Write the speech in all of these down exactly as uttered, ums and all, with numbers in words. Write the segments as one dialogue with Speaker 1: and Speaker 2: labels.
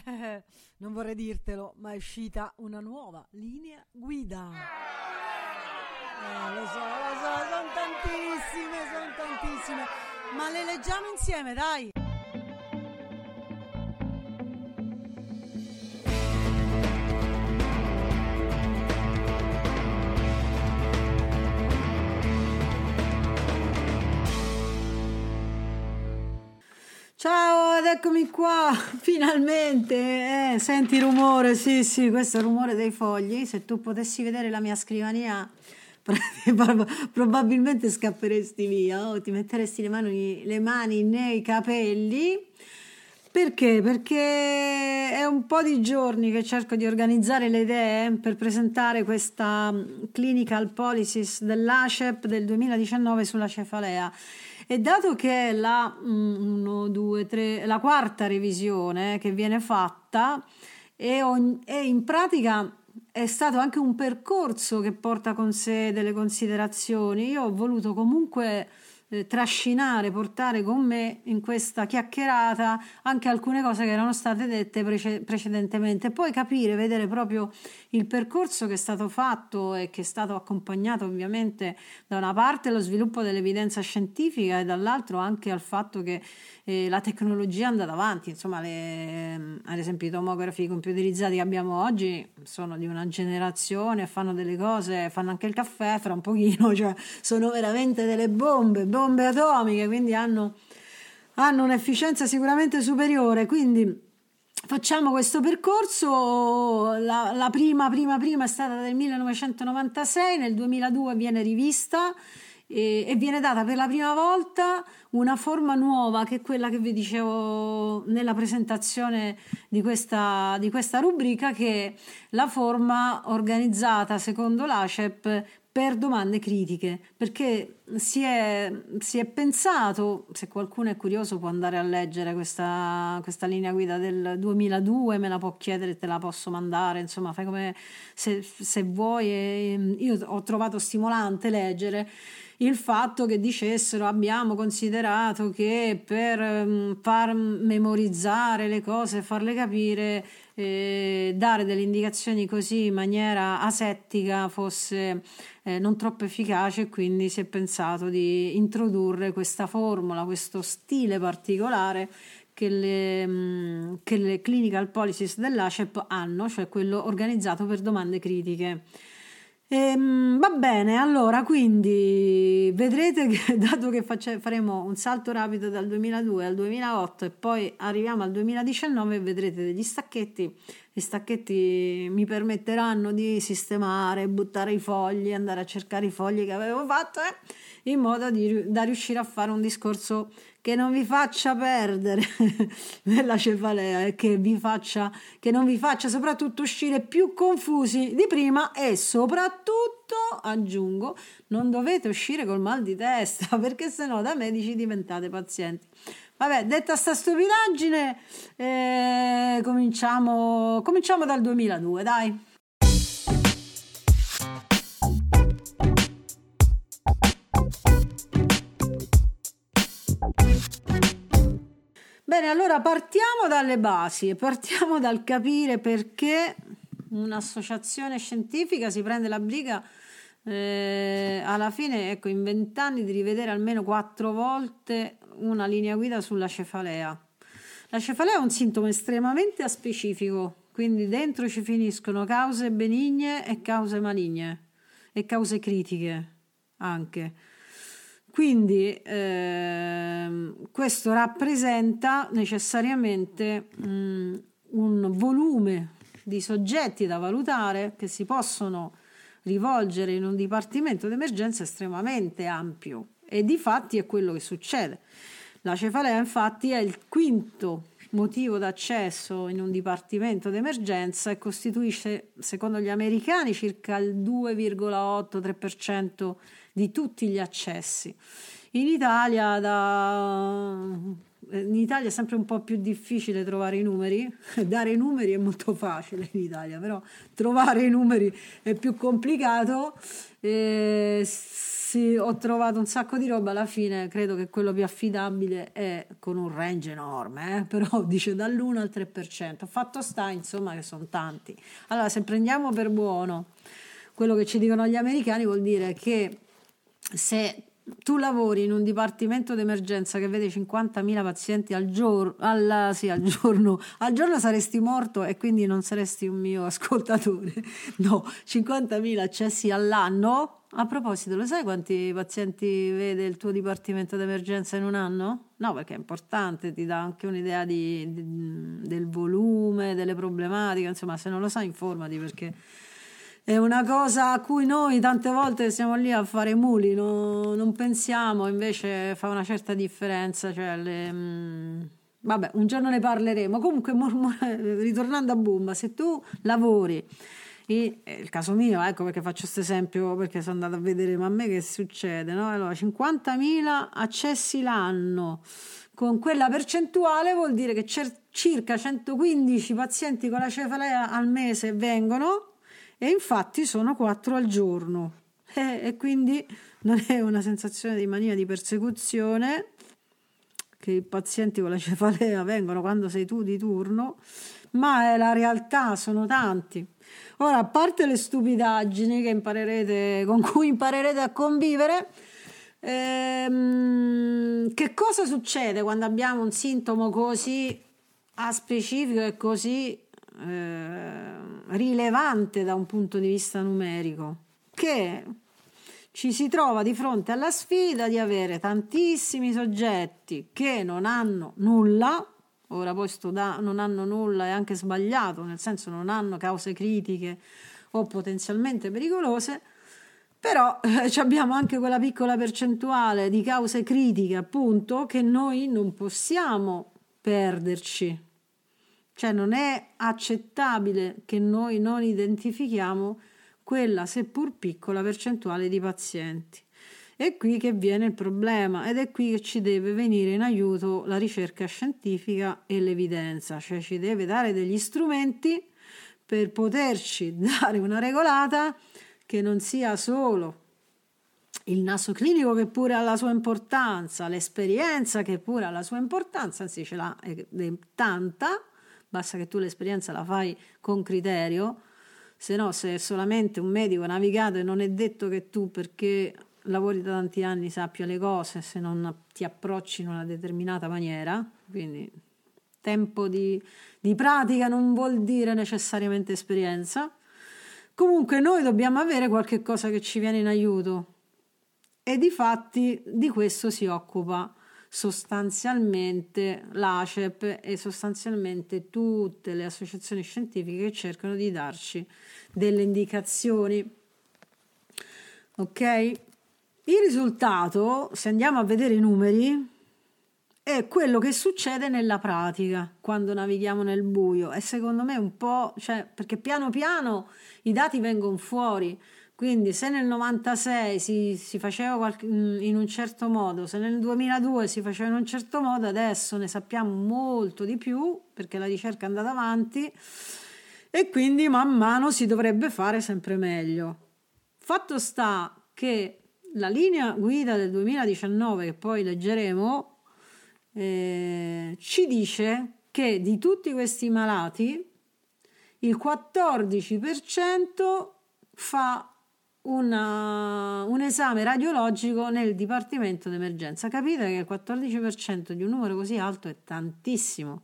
Speaker 1: Eh, non vorrei dirtelo, ma è uscita una nuova linea guida. Eh, lo so, lo so, sono tantissime, sono tantissime. Ma le leggiamo insieme, dai! Ciao, ed eccomi qua, finalmente, eh, senti il rumore, sì sì, questo è il rumore dei fogli, se tu potessi vedere la mia scrivania probabilmente scapperesti via o ti metteresti le mani, le mani nei capelli. Perché? Perché è un po' di giorni che cerco di organizzare le idee per presentare questa clinical policies dell'ACEP del duemiladiciannove sulla cefalea. E dato che è la, uno, due, tre, la quarta revisione che viene fatta e, ogni, e in pratica è stato anche un percorso che porta con sé delle considerazioni, io ho voluto comunque eh, trascinare, portare con me in questa chiacchierata anche alcune cose che erano state dette prece- precedentemente, poi capire, vedere proprio il percorso che è stato fatto e che è stato accompagnato ovviamente da una parte allo sviluppo dell'evidenza scientifica e dall'altro anche al fatto che eh, la tecnologia è andata avanti, insomma le, ad esempio i tomografi computerizzati che abbiamo oggi sono di una generazione, fanno delle cose, fanno anche il caffè fra un pochino, cioè sono veramente delle bombe, bombe atomiche, quindi hanno, hanno un'efficienza sicuramente superiore, quindi facciamo questo percorso. La, la prima, prima, prima è stata del millenovecentonovantasei, nel duemiladue viene rivista e, e viene data per la prima volta una forma nuova che è quella che vi dicevo nella presentazione di questa, di questa rubrica, che è la forma organizzata secondo l'ACEP per domande critiche, perché si è, si è pensato, se qualcuno è curioso può andare a leggere questa, questa linea guida del duemiladue, me la può chiedere e te la posso mandare, insomma fai come se, se vuoi. E io ho trovato stimolante leggere il fatto che dicessero abbiamo considerato che per um, far memorizzare le cose, farle capire, eh, dare delle indicazioni così in maniera asettica fosse eh, non troppo efficace, e quindi si è pensato di introdurre questa formula, questo stile particolare che le, mh, che le clinical policies dell'ACEP hanno, cioè quello organizzato per domande critiche. Ehm, va bene, allora quindi vedrete che dato che face, faremo un salto rapido dal duemiladue al duemilaotto e poi arriviamo al duemiladiciannove, vedrete degli stacchetti. Gli stacchetti mi permetteranno di sistemare, buttare i fogli, andare a cercare i fogli che avevo fatto, eh, in modo di, da riuscire a fare un discorso che non vi faccia perdere nella cefalea e che vi faccia, che non vi faccia soprattutto uscire più confusi di prima, e soprattutto, aggiungo, non dovete uscire col mal di testa, perché sennò da medici diventate pazienti. Vabbè, detta sta stupidaggine, eh, cominciamo, cominciamo dal duemiladue, dai. Bene, allora partiamo dalle basi, partiamo dal capire perché un'associazione scientifica si prende la briga eh, alla fine, ecco, in vent'anni di rivedere almeno quattro volte una linea guida sulla cefalea. La cefalea è un sintomo estremamente aspecifico, quindi dentro ci finiscono cause benigne e cause maligne e cause critiche anche. Quindi ehm, questo rappresenta necessariamente mh, un volume di soggetti da valutare che si possono rivolgere in un dipartimento d'emergenza estremamente ampio, e difatti è quello che succede. La cefalea infatti è il quinto motivo d'accesso in un dipartimento d'emergenza e costituisce, secondo gli americani, circa il due virgola otto tre per cento di tutti gli accessi. In Italia da in Italia è sempre un po' più difficile trovare i numeri, dare i numeri è molto facile in Italia, però trovare i numeri è più complicato. E sì, ho trovato un sacco di roba, alla fine credo che quello più affidabile è con un range enorme, eh? Però dice dall'uno al tre per cento. Fatto sta, insomma, che sono tanti. Allora, se prendiamo per buono quello che ci dicono gli americani, vuol dire che se tu lavori in un dipartimento d'emergenza che vede cinquantamila pazienti al giorno, alla, sì, al giorno, al giorno saresti morto e quindi non saresti un mio ascoltatore. No, cinquantamila accessi all'anno. A proposito, lo sai quanti pazienti vede il tuo dipartimento d'emergenza in un anno? No, perché è importante, ti dà anche un'idea di, di, del volume, delle problematiche, insomma, se non lo sai informati, perché è una cosa a cui noi tante volte siamo lì a fare muli, no, non pensiamo, invece fa una certa differenza. Cioè le, mh, vabbè, un giorno ne parleremo. Comunque, ritornando a Bomba, se tu lavori, e, è il caso mio, ecco perché faccio questo esempio, perché sono andata a vedere, ma a me che succede, no? Allora, cinquantamila accessi l'anno, con quella percentuale vuol dire che cer- circa centoquindici pazienti con la cefalea al mese vengono, e infatti sono quattro al giorno, e, e quindi non è una sensazione di mania di persecuzione che i pazienti con la cefalea vengono quando sei tu di turno, ma è la realtà, sono tanti. Ora, a parte le stupidaggini che imparerete, con cui imparerete a convivere, ehm, che cosa succede quando abbiamo un sintomo così aspecifico e così eh, rilevante da un punto di vista numerico? Che ci si trova di fronte alla sfida di avere tantissimi soggetti che non hanno nulla. Ora poi sto da, non hanno nulla è anche sbagliato, nel senso non hanno cause critiche o potenzialmente pericolose, però eh, abbiamo anche quella piccola percentuale di cause critiche, appunto, che noi non possiamo perderci. Cioè non è accettabile che noi non identifichiamo quella seppur piccola percentuale di pazienti. È qui che viene il problema, ed è qui che ci deve venire in aiuto la ricerca scientifica e l'evidenza, cioè ci deve dare degli strumenti per poterci dare una regolata che non sia solo il naso clinico, che pure ha la sua importanza, l'esperienza che pure ha la sua importanza, anzi ce l'ha è tanta, basta che tu l'esperienza la fai con criterio, se no, se è solamente un medico navigato, e non è detto che tu, perché lavori da tanti anni, sappia le cose se non ti approcci in una determinata maniera. Quindi tempo di, di pratica non vuol dire necessariamente esperienza. Comunque noi dobbiamo avere qualche cosa che ci viene in aiuto, e difatti di questo si occupa sostanzialmente l'A C E P e sostanzialmente tutte le associazioni scientifiche che cercano di darci delle indicazioni. Ok? Il risultato, se andiamo a vedere i numeri, è quello che succede nella pratica quando navighiamo nel buio, e secondo me un po', cioè, perché piano piano i dati vengono fuori. Quindi se nel novantasei si, si faceva qualche, in un certo modo, se nel duemiladue si faceva in un certo modo, adesso ne sappiamo molto di più perché la ricerca è andata avanti, e quindi man mano si dovrebbe fare sempre meglio. Fatto sta che la linea guida del duemiladiciannove, che poi leggeremo, eh, ci dice che di tutti questi malati il quattordici per cento fa una, un esame radiologico nel dipartimento d'emergenza. Capite che il quattordici per cento di un numero così alto è tantissimo,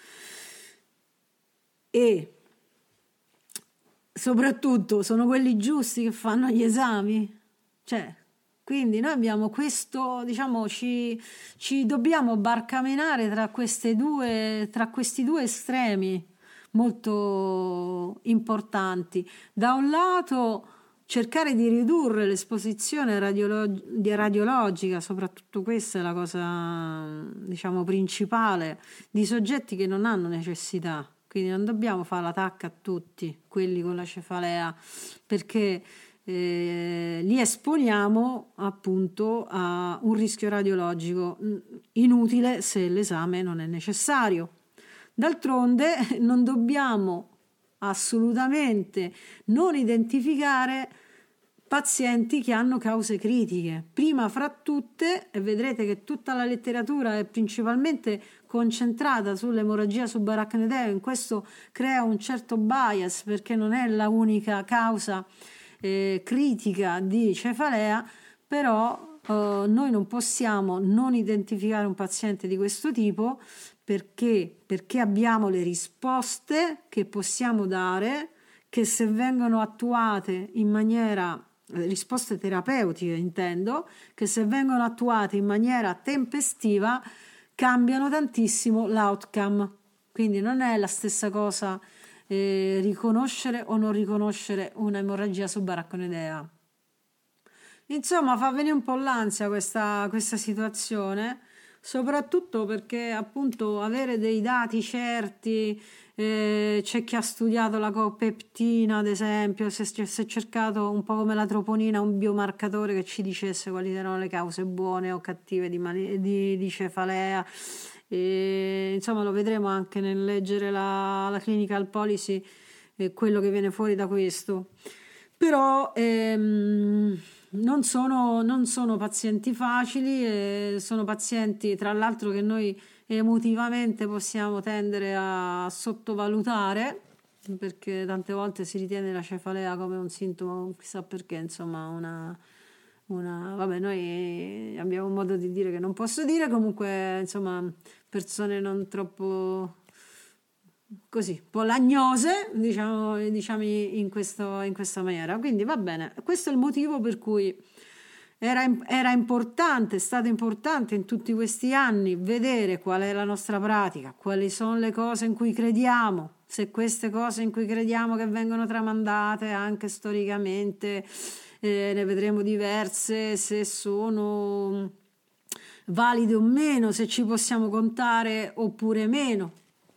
Speaker 1: e soprattutto sono quelli giusti che fanno gli esami. Cioè, quindi noi abbiamo questo, diciamo, ci, ci dobbiamo barcamenare tra queste due, tra questi due estremi molto importanti. Da un lato cercare di ridurre l'esposizione radiolo- radiologica, soprattutto questa è la cosa, diciamo, principale, di soggetti che non hanno necessità. Quindi non dobbiamo fare la tacca a tutti quelli con la cefalea, perché eh, li esponiamo appunto a un rischio radiologico inutile se l'esame non è necessario. D'altronde non dobbiamo assolutamente non identificare pazienti che hanno cause critiche. Prima fra tutte, e vedrete che tutta la letteratura è principalmente concentrata sull'emorragia subaracnoidea, in questo crea un certo bias perché non è la unica causa eh, critica di cefalea, però eh, noi non possiamo non identificare un paziente di questo tipo perché, perché abbiamo le risposte che possiamo dare, che se vengono attuate in maniera risposte terapeutiche intendo, che se vengono attuate in maniera tempestiva cambiano tantissimo l'outcome. Quindi non è la stessa cosa eh, riconoscere o non riconoscere un'emorragia subaracnoidea. Insomma, fa venire un po' l'ansia questa, questa situazione, soprattutto perché appunto avere dei dati certi, eh, c'è chi ha studiato la copeptina ad esempio, si è, si è cercato un po' come la troponina un biomarcatore che ci dicesse quali erano le cause buone o cattive di, mani- di, di cefalea, e, insomma lo vedremo anche nel leggere la, la clinical policy, eh, quello che viene fuori da questo. Però ehm, non sono, non sono pazienti facili, eh, sono pazienti tra l'altro che noi emotivamente possiamo tendere a sottovalutare, perché tante volte si ritiene la cefalea come un sintomo, chissà perché, insomma, una, una vabbè, noi abbiamo un modo di dire che non posso dire, comunque, insomma, persone non troppo così, polagnose, diciamo, diciamo in, questo, in questa maniera. Quindi va bene, questo è il motivo per cui era, era importante, è stato importante in tutti questi anni vedere qual è la nostra pratica, quali sono le cose in cui crediamo, se queste cose in cui crediamo che vengono tramandate anche storicamente, eh, ne vedremo diverse, se sono valide o meno, se ci possiamo contare oppure meno.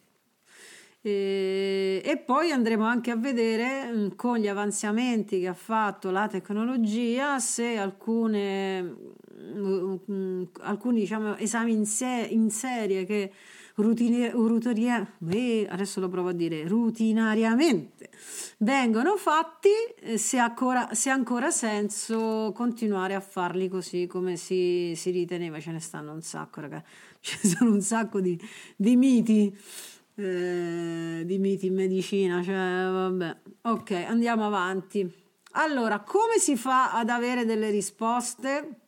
Speaker 1: E, e poi andremo anche a vedere mh, con gli avanzamenti che ha fatto la tecnologia se alcune, mh, mh, alcuni diciamo, esami in, se- in serie che rutine- rutoria- eh, adesso lo provo a dire rutinariamente vengono fatti, eh, se, ancora, se ha ancora senso continuare a farli così come si, si riteneva. Ce ne stanno un sacco, ragazzi, ci sono un sacco di, di miti. Eh, di miti in medicina, cioè vabbè. Ok, andiamo avanti. Allora, come si fa ad avere delle risposte?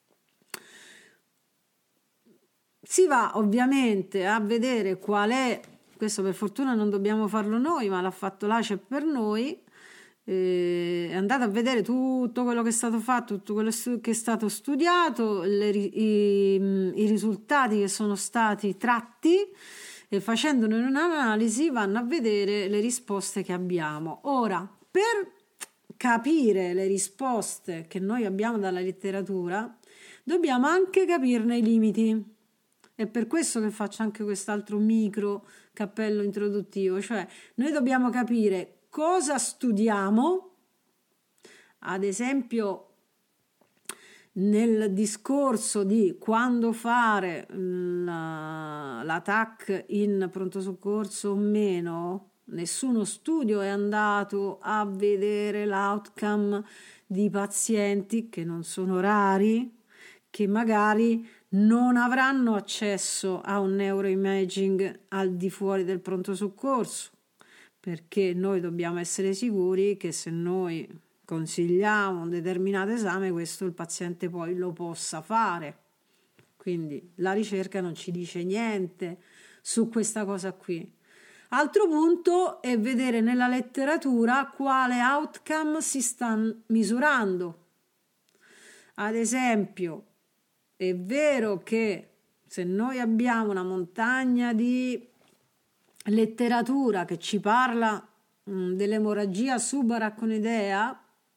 Speaker 1: Si va ovviamente a vedere qual è, questo per fortuna non dobbiamo farlo noi, ma l'ha fatto l'A C E per noi. Eh, andate a vedere tutto quello che è stato fatto, tutto quello che è stato studiato, le, i, i risultati che sono stati tratti, e facendone un'analisi vanno a vedere le risposte che abbiamo. Ora, per capire le risposte che noi abbiamo dalla letteratura, dobbiamo anche capirne i limiti. È per questo che faccio anche quest'altro micro cappello introduttivo, cioè noi dobbiamo capire cosa studiamo, ad esempio nel discorso di quando fare la, la T A C in pronto soccorso o meno. Nessuno studio è andato a vedere l'outcome di pazienti che non sono rari, che magari non avranno accesso a un neuroimaging al di fuori del pronto soccorso, perché noi dobbiamo essere sicuri che se noi consigliamo un determinato esame, questo il paziente poi lo possa fare. Quindi la ricerca non ci dice niente su questa cosa qui. Altro punto è vedere nella letteratura quale outcome si sta misurando. Ad esempio, è vero che se noi abbiamo una montagna di letteratura che ci parla mh, dell'emorragia subaracnoidea,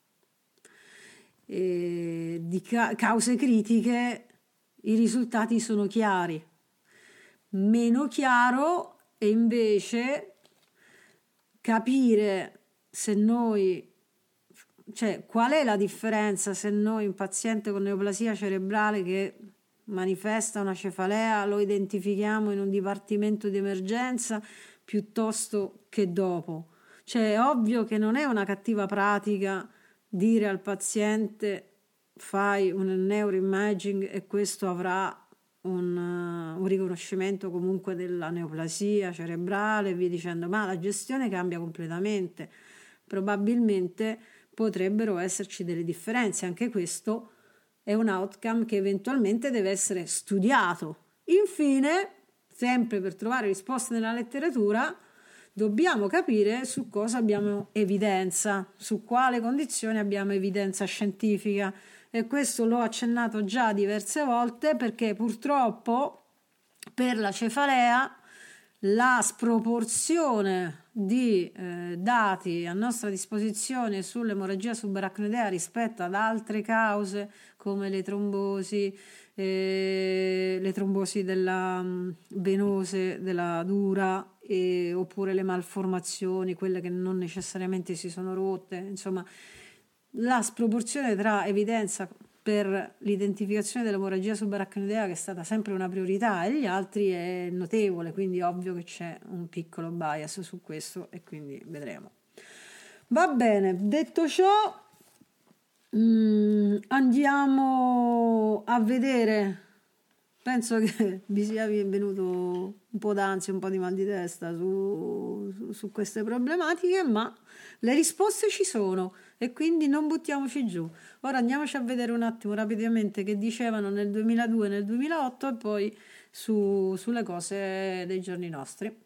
Speaker 1: eh, di ca- cause critiche, i risultati sono chiari. Meno chiaro è invece capire se noi cioè qual è la differenza se noi un paziente con neoplasia cerebrale che manifesta una cefalea lo identifichiamo in un dipartimento di emergenza piuttosto che dopo? Cioè è ovvio che non è una cattiva pratica dire al paziente fai un neuroimaging e questo avrà un, uh, un riconoscimento comunque della neoplasia cerebrale e via dicendo, ma la gestione cambia completamente. Probabilmente potrebbero esserci delle differenze, anche questo è un outcome che eventualmente deve essere studiato. Infine, sempre per trovare risposte nella letteratura, dobbiamo capire su cosa abbiamo evidenza, su quale condizione abbiamo evidenza scientifica, e questo l'ho accennato già diverse volte perché purtroppo per la cefalea la sproporzione di eh, dati a nostra disposizione sull'emorragia subarachnoidea rispetto ad altre cause come le trombosi, eh, le trombosi della um, venose, della dura, e, oppure le malformazioni, quelle che non necessariamente si sono rotte, insomma la sproporzione tra evidenza per l'identificazione dell'emorragia subarachnoidea, che è stata sempre una priorità, e gli altri è notevole, quindi ovvio che c'è un piccolo bias su questo e quindi vedremo. Va bene, detto ciò, mh, andiamo a vedere. Penso che vi sia venuto un po' d'ansia, un po' di mal di testa su, su, su queste problematiche, ma le risposte ci sono e quindi non buttiamoci giù. Ora andiamoci a vedere un attimo rapidamente che dicevano nel duemiladue e nel duemilaotto e poi su, sulle cose dei giorni nostri.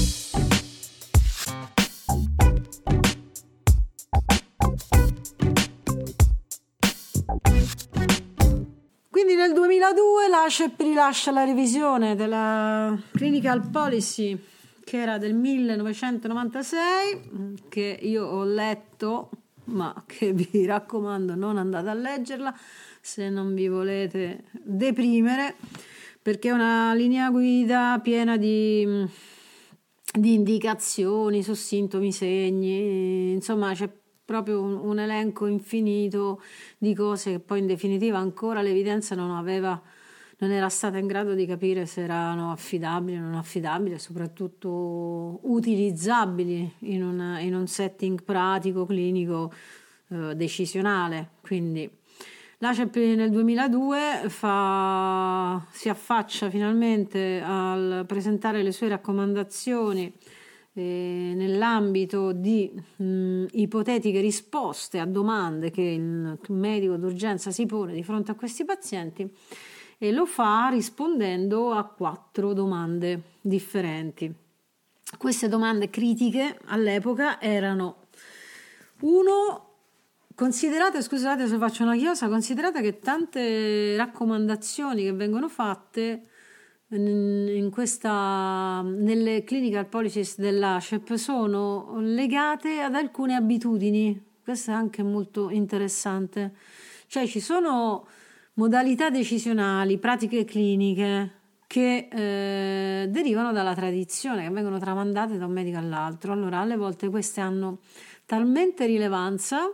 Speaker 1: Quindi nel duemiladue l'A C E P rilascia la revisione della Clinical Policy, che era del millenovecentonovantasei, che io ho letto, ma che vi raccomando non andate a leggerla se non vi volete deprimere, perché è una linea guida piena di, di indicazioni su sintomi, segni, insomma c'è proprio un, un elenco infinito di cose che poi in definitiva ancora l'evidenza non aveva, non era stata in grado di capire se erano affidabili o non affidabili e soprattutto utilizzabili in, una, in un setting pratico, clinico, eh, decisionale. Quindi l'A C E P nel duemiladue fa, si affaccia finalmente al presentare le sue raccomandazioni Eh, nell'ambito di mh, ipotetiche risposte a domande che il medico d'urgenza si pone di fronte a questi pazienti, e lo fa rispondendo a quattro domande differenti. Queste domande critiche all'epoca erano: uno, considerate, scusate se faccio una chiosa, considerate che tante raccomandazioni che vengono fatte in questa, nelle clinical policies dell'A C E P sono legate ad alcune abitudini. Questo è anche molto interessante, cioè ci sono modalità decisionali, pratiche cliniche che eh, derivano dalla tradizione, che vengono tramandate da un medico all'altro. Allora alle volte queste hanno talmente rilevanza,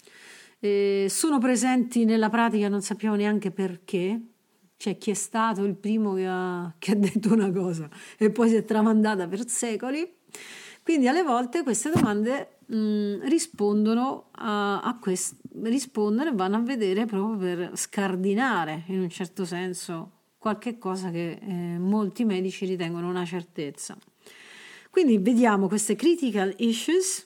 Speaker 1: eh, sono presenti nella pratica, non sappiamo neanche perché. C'è chi è stato il primo che ha, che ha detto una cosa e poi si è tramandata per secoli. Quindi alle volte queste domande mh, rispondono a, a quest, rispondono e vanno a vedere proprio per scardinare in un certo senso qualche cosa che eh, molti medici ritengono una certezza. Quindi vediamo queste critical issues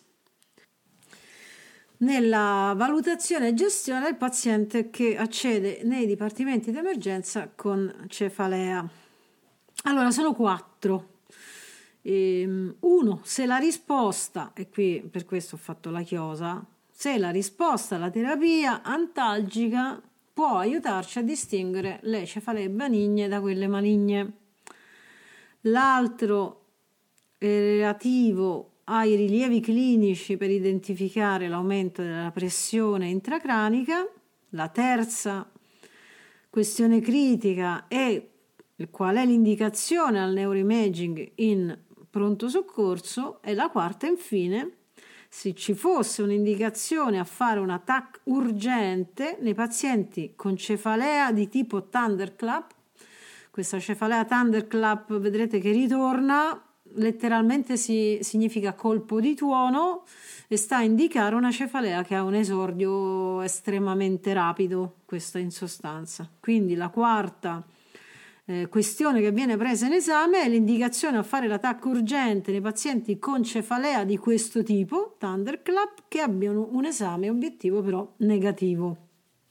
Speaker 1: nella valutazione e gestione del paziente che accede nei dipartimenti di emergenza con cefalea. Allora, sono quattro. Ehm, uno, se la risposta, e qui per questo ho fatto la chiosa, se la risposta alla terapia antalgica può aiutarci a distinguere le cefalee benigne da quelle maligne. L'altro è relativo ai rilievi clinici per identificare l'aumento della pressione intracranica. La terza questione critica è qual è l'indicazione al neuroimaging in pronto soccorso, e la quarta infine se ci fosse un'indicazione a fare una T A C urgente nei pazienti con cefalea di tipo thunderclap. Questa cefalea thunderclap vedrete che ritorna, letteralmente si, significa colpo di tuono e sta a indicare una cefalea che ha un esordio estremamente rapido, questo in sostanza. Quindi la quarta eh, questione che viene presa in esame è l'indicazione a fare la T A C urgente nei pazienti con cefalea di questo tipo, thunderclap, che abbiano un esame obiettivo però negativo.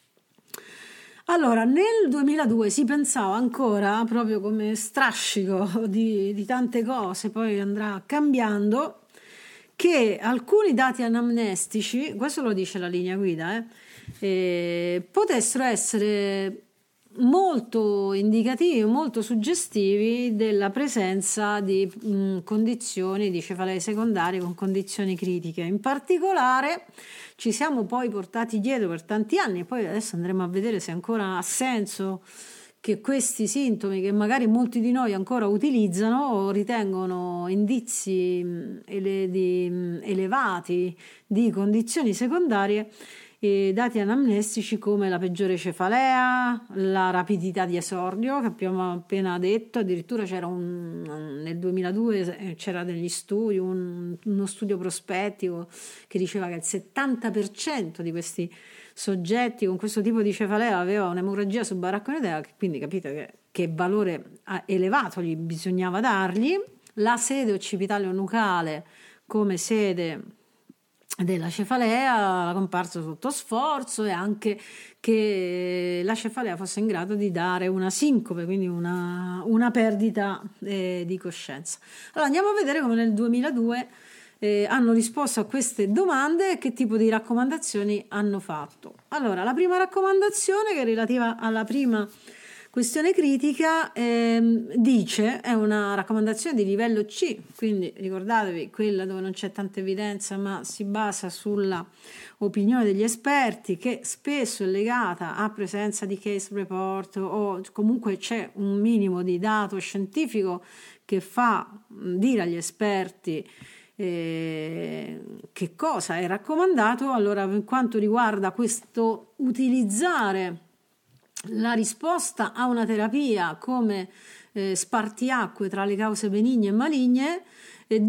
Speaker 1: Allora, nel duemiladue si pensava ancora, proprio come strascico di, di tante cose, poi andrà cambiando, che alcuni dati anamnestici, questo lo dice la linea guida, eh, eh, potessero essere molto indicativi, molto suggestivi della presenza di mh, condizioni di cefalee secondarie con condizioni critiche. In particolare ci siamo poi portati dietro per tanti anni e poi adesso andremo a vedere se ancora ha senso che questi sintomi, che magari molti di noi ancora utilizzano o ritengono indizi mh, ele- di, mh, elevati di condizioni secondarie, e dati anamnestici come la peggiore cefalea, la rapidità di esordio che abbiamo appena detto. Addirittura c'era un, nel duemiladue c'era degli studi, un, uno studio prospettico che diceva che il settanta per cento di questi soggetti con questo tipo di cefalea aveva un'emorragia subarachnoidea, quindi capite che, che valore elevato gli bisognava dargli. La sede occipitale o nucale come sede della cefalea, la comparsa sotto sforzo, e anche che la cefalea fosse in grado di dare una sincope, quindi una, una perdita eh, di coscienza. Allora andiamo a vedere come nel duemiladue eh, hanno risposto a queste domande e che tipo di raccomandazioni hanno fatto. Allora, la prima raccomandazione, che è relativa alla prima questione critica, ehm, dice, è una raccomandazione di livello C, quindi ricordatevi quella dove non c'è tanta evidenza ma si basa sulla opinione degli esperti, che spesso è legata a presenza di case report o comunque c'è un minimo di dato scientifico che fa dire agli esperti eh, che cosa è raccomandato. Allora, per quanto riguarda questo utilizzare la risposta a una terapia come eh, spartiacque tra le cause benigne e maligne, eh,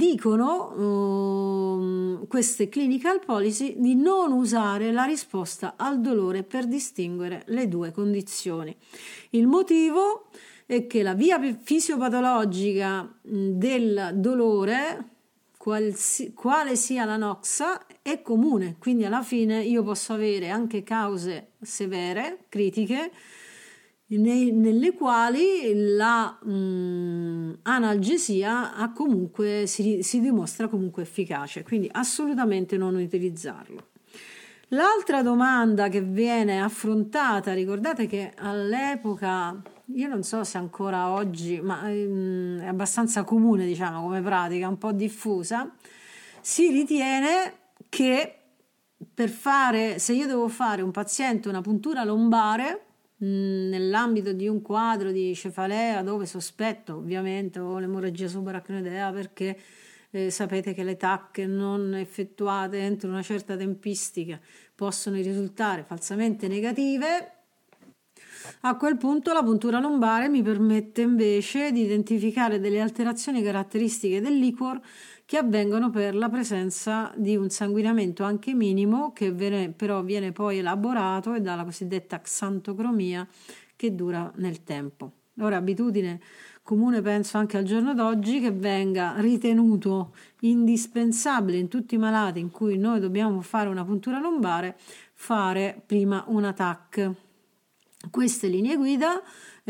Speaker 1: dicono eh, queste clinical policy di non usare la risposta al dolore per distinguere le due condizioni. Il motivo è che la via fisiopatologica del dolore, qualsi, quale sia la noxa, è comune, quindi alla fine io posso avere anche cause severe, critiche, nei, nelle quali la mh, analgesia ha comunque, si, si dimostra comunque efficace, quindi assolutamente non utilizzarlo. L'altra domanda che viene affrontata, ricordate che all'epoca, io non so se ancora oggi, ma mh, è abbastanza comune, diciamo, come pratica, un po' diffusa, si ritiene che per fare, se io devo fare un paziente una puntura lombare mh, nell'ambito di un quadro di cefalea dove sospetto ovviamente o l'emorragia subarachnoidea, perché eh, sapete che le T A C non effettuate entro una certa tempistica possono risultare falsamente negative, a quel punto la puntura lombare mi permette invece di identificare delle alterazioni caratteristiche del liquor che avvengono per la presenza di un sanguinamento anche minimo, che viene, però viene poi elaborato e dà la cosiddetta xantocromia che dura nel tempo. Ora, abitudine comune penso anche al giorno d'oggi che venga ritenuto indispensabile in tutti i malati in cui noi dobbiamo fare una puntura lombare fare prima una T A C. Queste linee guida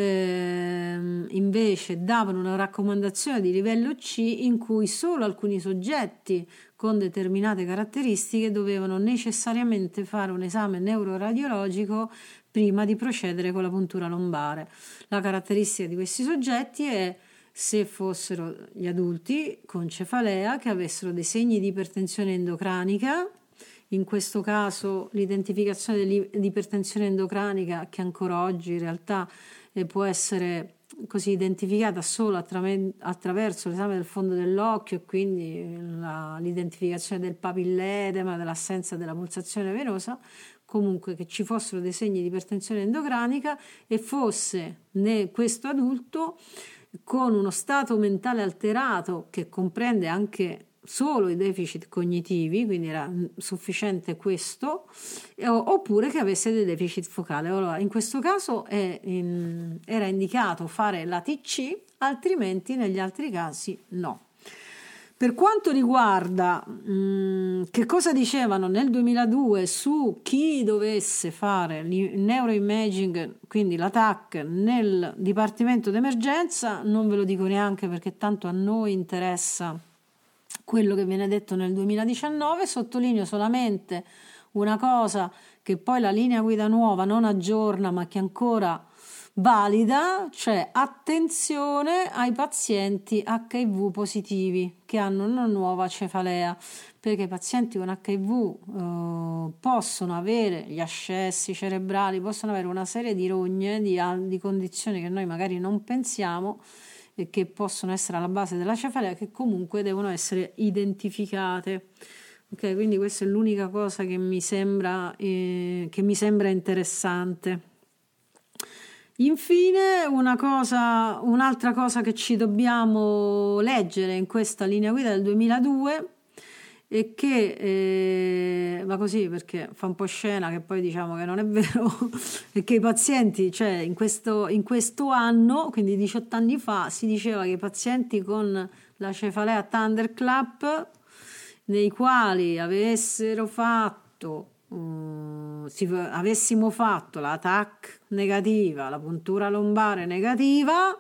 Speaker 1: eh, invece davano una raccomandazione di livello C in cui solo alcuni soggetti con determinate caratteristiche dovevano necessariamente fare un esame neuroradiologico prima di procedere con la puntura lombare. La caratteristica di questi soggetti è se fossero gli adulti con cefalea che avessero dei segni di ipertensione endocranica. In questo caso l'identificazione dell'ipertensione endocranica, che ancora oggi in realtà eh, può essere così identificata solo attraver- attraverso l'esame del fondo dell'occhio e quindi la- l'identificazione del papilledema, dell'assenza della pulsazione venosa, comunque che ci fossero dei segni di ipertensione endocrinica e fosse né questo adulto con uno stato mentale alterato che comprende anche solo i deficit cognitivi, quindi era sufficiente questo, oppure che avesse dei deficit focali. Allora, in questo caso è in, era indicato fare la T C, altrimenti negli altri casi no. Per quanto riguarda mh, che cosa dicevano nel duemiladue su chi dovesse fare il neuroimaging, quindi la T A C, nel dipartimento d'emergenza, non ve lo dico neanche perché tanto a noi interessa quello che viene detto nel duemiladiciannove. Sottolineo solamente una cosa che poi la linea guida nuova non aggiorna ma che è ancora valida, cioè attenzione ai pazienti H I V positivi che hanno una nuova cefalea, perché i pazienti con H I V eh, possono avere gli ascessi cerebrali, possono avere una serie di rogne, di, di condizioni che noi magari non pensiamo e che possono essere alla base della cefalea, che comunque devono essere identificate. Ok, quindi questa è l'unica cosa che mi sembra, eh, che mi sembra interessante. Infine, una cosa, un'altra cosa che ci dobbiamo leggere in questa linea guida del duemiladue è che eh, va così perché fa un po' scena, che poi diciamo che non è vero, è che i pazienti, cioè in questo, in questo anno, quindi diciotto anni fa, si diceva che i pazienti con la cefalea Thunderclap, nei quali avessero fatto Uh, si, avessimo fatto la T A C negativa, la puntura lombare negativa,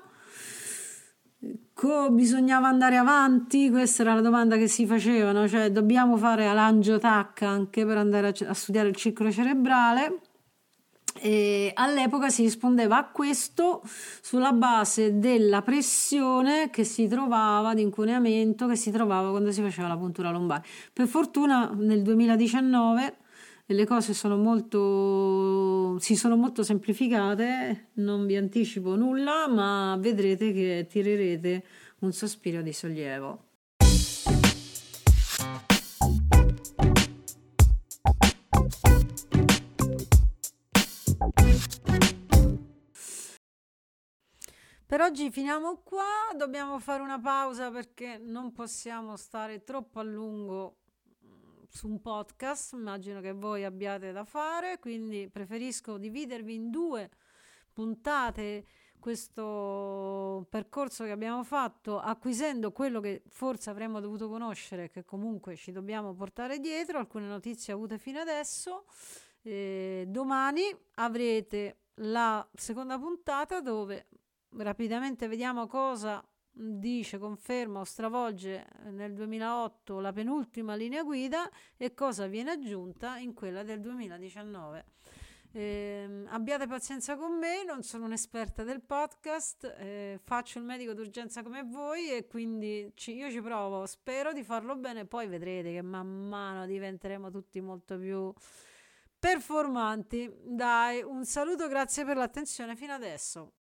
Speaker 1: co- bisognava andare avanti. Questa era la domanda che si facevano, cioè dobbiamo fare l'angiotac anche per andare a, a studiare il ciclo cerebrale. E all'epoca si rispondeva a questo sulla base della pressione che si trovava, di incuneamento che si trovava quando si faceva la puntura lombare. Per fortuna nel duemiladiciannove le cose sono molto, si sono molto semplificate, non vi anticipo nulla, ma vedrete che tirerete un sospiro di sollievo. Per oggi finiamo qua, dobbiamo fare una pausa perché non possiamo stare troppo a lungo su un podcast, immagino che voi abbiate da fare, quindi preferisco dividervi in due puntate questo percorso che abbiamo fatto, acquisendo quello che forse avremmo dovuto conoscere, che comunque ci dobbiamo portare dietro, alcune notizie avute fino adesso. Eh, domani avrete la seconda puntata dove rapidamente vediamo cosa dice, conferma o stravolge nel duemilaotto la penultima linea guida e cosa viene aggiunta in quella del duemiladiciannove. Eh, abbiate pazienza con me, non sono un'esperta del podcast, eh, faccio il medico d'urgenza come voi e quindi ci, io ci provo, spero di farlo bene, poi vedrete che man mano diventeremo tutti molto più performanti. Dai, un saluto, grazie per l'attenzione fino adesso.